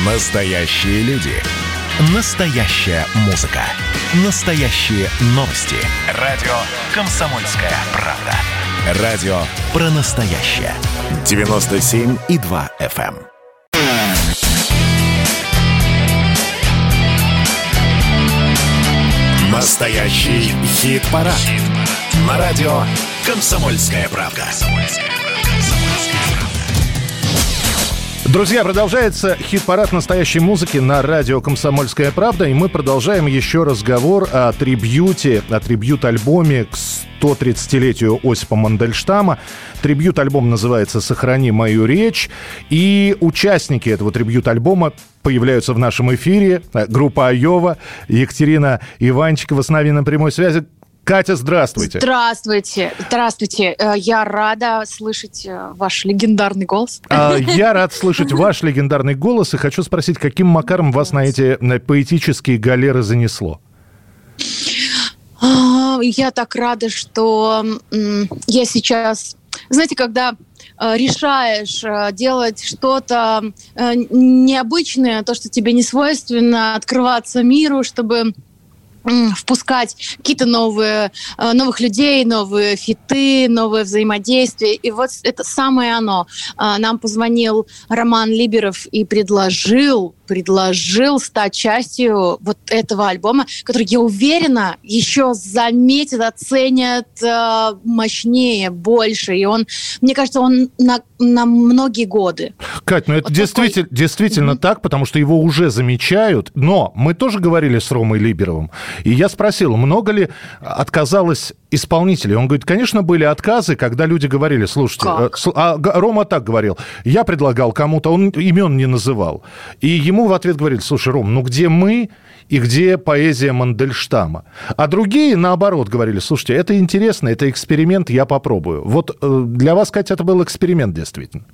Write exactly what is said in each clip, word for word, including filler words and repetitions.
Настоящие люди. Настоящая музыка. Настоящие новости. Радио «Комсомольская правда». Радио про настоящее. девяносто семь и два эф эм. Настоящий хит-парад. Хит-парад. На радио «Комсомольская правда». Друзья, продолжается хит-парад настоящей музыки на радио «Комсомольская правда», и мы продолжаем еще разговор о трибьюте, о трибьют-альбоме к сто тридцатилетию Осипа Мандельштама. Трибьют-альбом называется «Сохрани мою речь», и участники этого трибьют-альбома появляются в нашем эфире. Группа «Айова», Екатерина Иванчикова с нами на прямой связи. Катя, здравствуйте. Здравствуйте. Здравствуйте. Я рада слышать ваш легендарный голос. Я рад слышать ваш легендарный голос и хочу спросить, каким макаром вас на эти поэтические галеры занесло? Я так рада, что я сейчас... Знаете, когда решаешь делать что-то необычное, то, что тебе не свойственно, открываться миру, чтобы... впускать какие-то новые, новых людей, новые фиты, новые взаимодействия. И вот это самое оно. Нам позвонил Роман Либеров и предложил, предложил стать частью вот этого альбома, который, я уверена, еще заметят, оценят мощнее, больше. И он, мне кажется, он на, на многие годы. Кать, ну это вот действительно, такой... действительно mm-hmm. так, потому что его уже замечают. Но мы тоже говорили с Ромой Либеровым. И я спросил, много ли отказалось исполнителей. Он говорит, конечно, были отказы, когда люди говорили, слушайте, как? а Рома так говорил, я предлагал кому-то, он имен не называл. И ему в ответ говорили, слушай, Ром, ну где мы и где поэзия Мандельштама? А другие, наоборот, говорили, слушайте, это интересно, это эксперимент, я попробую. Вот для вас, Катя, это был эксперимент, действительно.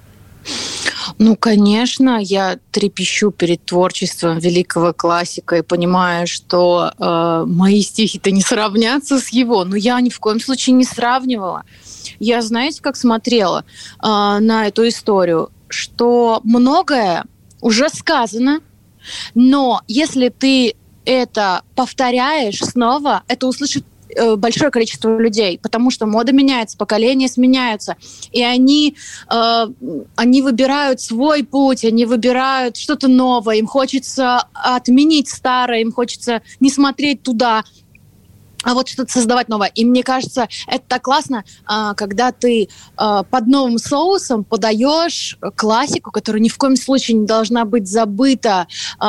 Ну, конечно, я трепещу перед творчеством великого классика и понимаю, что э, мои стихи-то не сравнятся с его, но я ни в коем случае не сравнивала. Я, знаете, как смотрела э, на эту историю, что многое уже сказано, но если ты это повторяешь снова, это услышит большое количество людей, потому что мода меняется, поколения сменяются, и они, э, они выбирают свой путь, они выбирают что-то новое, им хочется отменить старое, им хочется не смотреть туда, а вот что-то создавать новое. И мне кажется, это так классно, когда ты под новым соусом подаешь классику, которая ни в коем случае не должна быть забыта.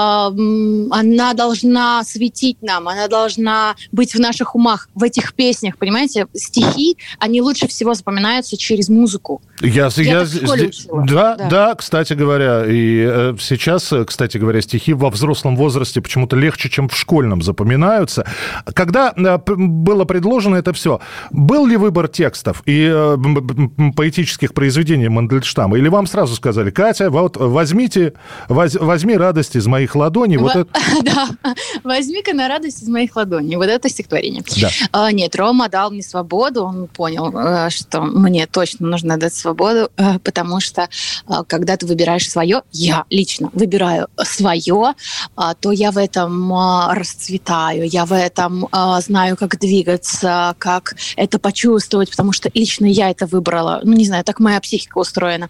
Она должна светить нам, она должна быть в наших умах, в этих песнях, понимаете? Стихи, они лучше всего запоминаются через музыку. Я, я, я я здесь, да, да, да, кстати говоря, и сейчас, кстати говоря, стихи во взрослом возрасте почему-то легче, чем в школьном запоминаются. Когда было предложено это все, был ли выбор текстов и э, поэтических произведений Мандельштама? Или вам сразу сказали, Катя, вот возьмите, воз, возьми радость из моих ладоней. Во, вот это... Да, возьми-ка на радость из моих ладоней. Вот это стихотворение. Да. А, нет, Рома дал мне свободу, он понял, что мне точно нужно дать свободу, потому что когда ты выбираешь свое, я лично выбираю свое, то я в этом расцветаю, я в этом знаю, как двигаться, как это почувствовать, потому что лично я это выбрала. Ну, не знаю, так моя психика устроена.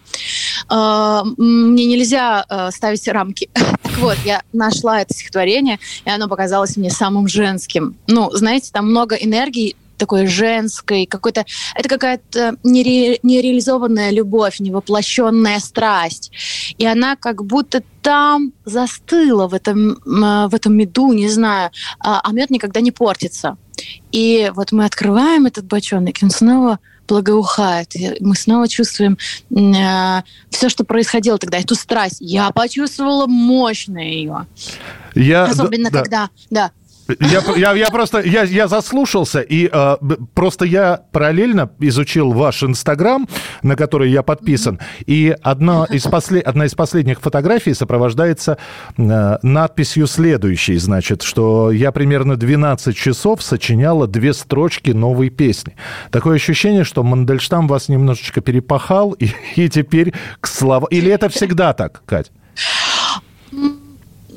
Мне нельзя ставить рамки. Так вот, я нашла это стихотворение, и оно показалось мне самым женским. Ну, знаете, там много энергии, такой женской, какой-то... Это какая-то нере, нереализованная любовь, невоплощенная страсть. И она как будто там застыла в этом, в этом меду, не знаю. А, а мед никогда не портится. И вот мы открываем этот бочонок, и он снова благоухает. И мы снова чувствуем э, все, что происходило тогда, эту страсть. Я почувствовала мощно ее. Я, Особенно да, когда... Да. Я, я, я просто я, я заслушался, и э, просто я параллельно изучил ваш Инстаграм, на который я подписан, и одна из, после, одна из последних фотографий сопровождается э, надписью следующей, значит, что я примерно двенадцать часов сочиняла две строчки новой песни. Такое ощущение, что Мандельштам вас немножечко перепахал, и, и теперь к словам... Или это всегда так, Кать?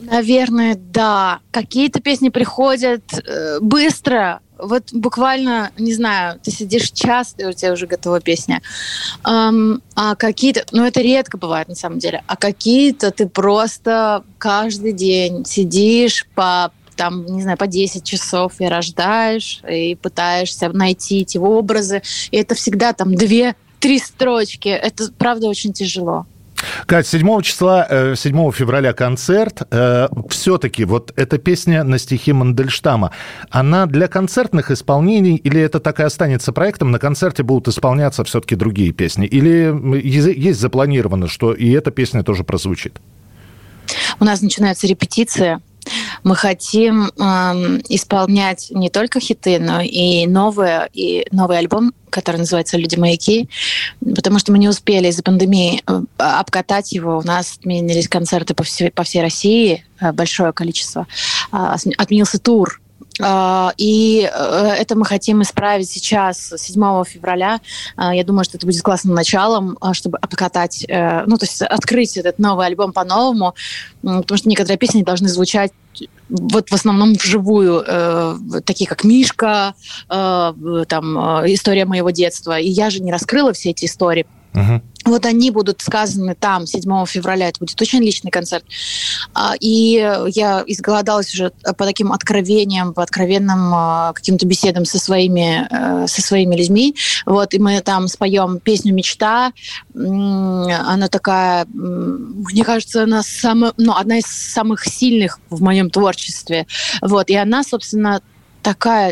Наверное, да. Какие-то песни приходят э, быстро. Вот буквально, не знаю, ты сидишь час, и у тебя уже готова песня. Эм, а какие-то, ну это редко бывает на самом деле, а какие-то ты просто каждый день сидишь по, там, не знаю, по десять часов и рождаешь, и пытаешься найти эти образы. И это всегда там две-три строчки. Это, правда, очень тяжело. Кать, седьмого числа, седьмого февраля концерт. Все-таки вот эта песня на стихи Мандельштама, она для концертных исполнений или это так и останется проектом? На концерте будут исполняться все-таки другие песни? Или есть запланировано, что и эта песня тоже прозвучит? У нас начинаются репетиции. Мы хотим э, исполнять не только хиты, но и новые, и новый альбом, который называется «Люди-маяки», потому что мы не успели из-за пандемии обкатать его. У нас отменились концерты по всей, по всей России, большое количество. Отменился тур. И это мы хотим исправить сейчас, седьмого февраля. Я думаю, что это будет классным началом, чтобы обкатать, ну, то есть открыть этот новый альбом по-новому, потому что некоторые песни должны звучать вот в основном вживую, э, такие как «Мишка», э, там, «История моего детства». И я же не раскрыла все эти истории. Uh-huh. Вот они будут сказаны там седьмого февраля. Это будет очень личный концерт. И я изголодалась уже по таким откровениям, по откровенным каким-то беседам со своими, со своими людьми. Вот, и мы там споем песню «Мечта». Она такая, мне кажется, она самая, ну, одна из самых сильных в моем творчестве. Вот, и она, собственно, такая...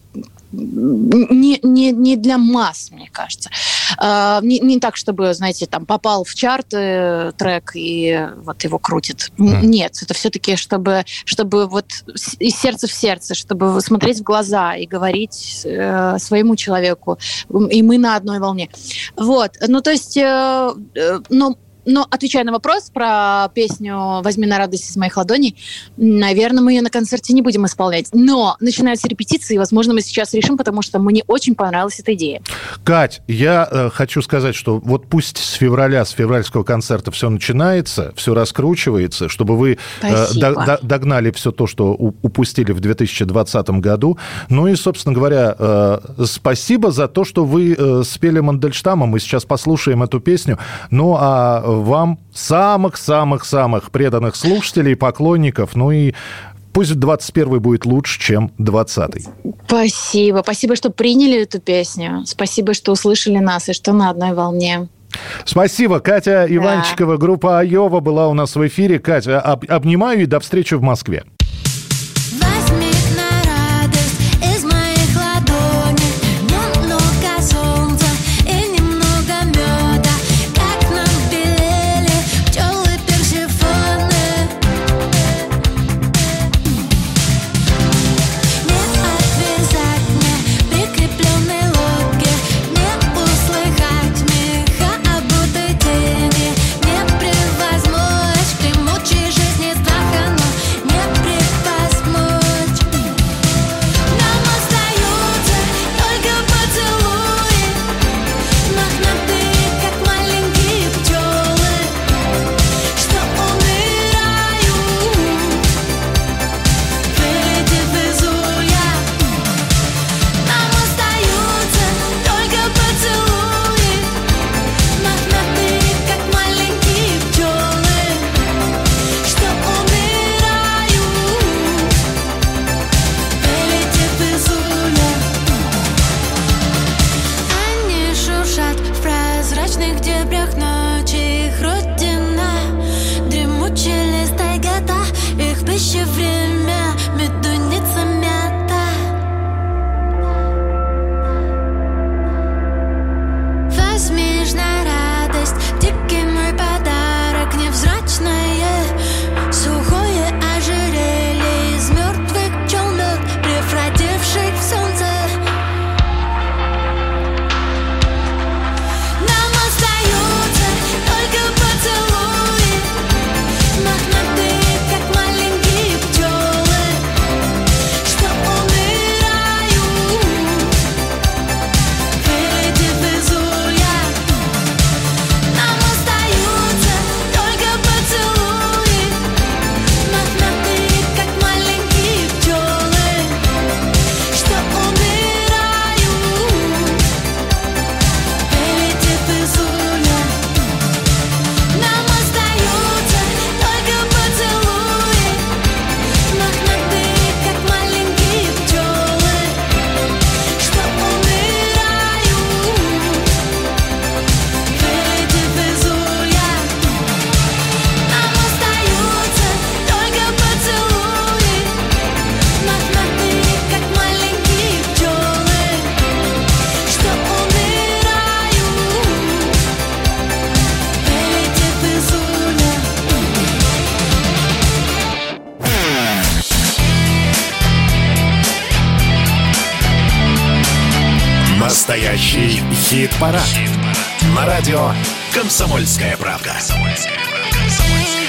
Не, не, не для масс, мне кажется. Uh, не, не так, чтобы, знаете, там попал в чарты трек и вот его крутит. Mm. Нет, это все-таки, чтобы, чтобы вот из сердца в сердце, чтобы смотреть в глаза и говорить uh, своему человеку. И мы на одной волне. Вот. Ну, то есть, uh, uh, ну, Но, отвечая на вопрос про песню «Возьми на радость из моих ладоней», наверное, мы ее на концерте не будем исполнять. Но начинаются репетиции, и, возможно, мы сейчас решим, потому что мне очень понравилась эта идея. Кать, я э, хочу сказать, что вот пусть с февраля, с февральского концерта все начинается, все раскручивается, чтобы вы э, до, до, догнали все то, что у, упустили в две тысячи двадцатом году. Ну и, собственно говоря, э, спасибо за то, что вы э, спели Мандельштама. Мы сейчас послушаем эту песню. Ну, а вам самых-самых-самых преданных слушателей, поклонников. Ну и пусть двадцать первый будет лучше, чем двадцатый. Спасибо. Спасибо, что приняли эту песню. Спасибо, что услышали нас и что на одной волне. Спасибо. Катя Иванчикова, да. Группа Айова была у нас в эфире. Катя, об, обнимаю и до встречи в Москве. Не Настоящий хит-парад. На радио «Комсомольская правда».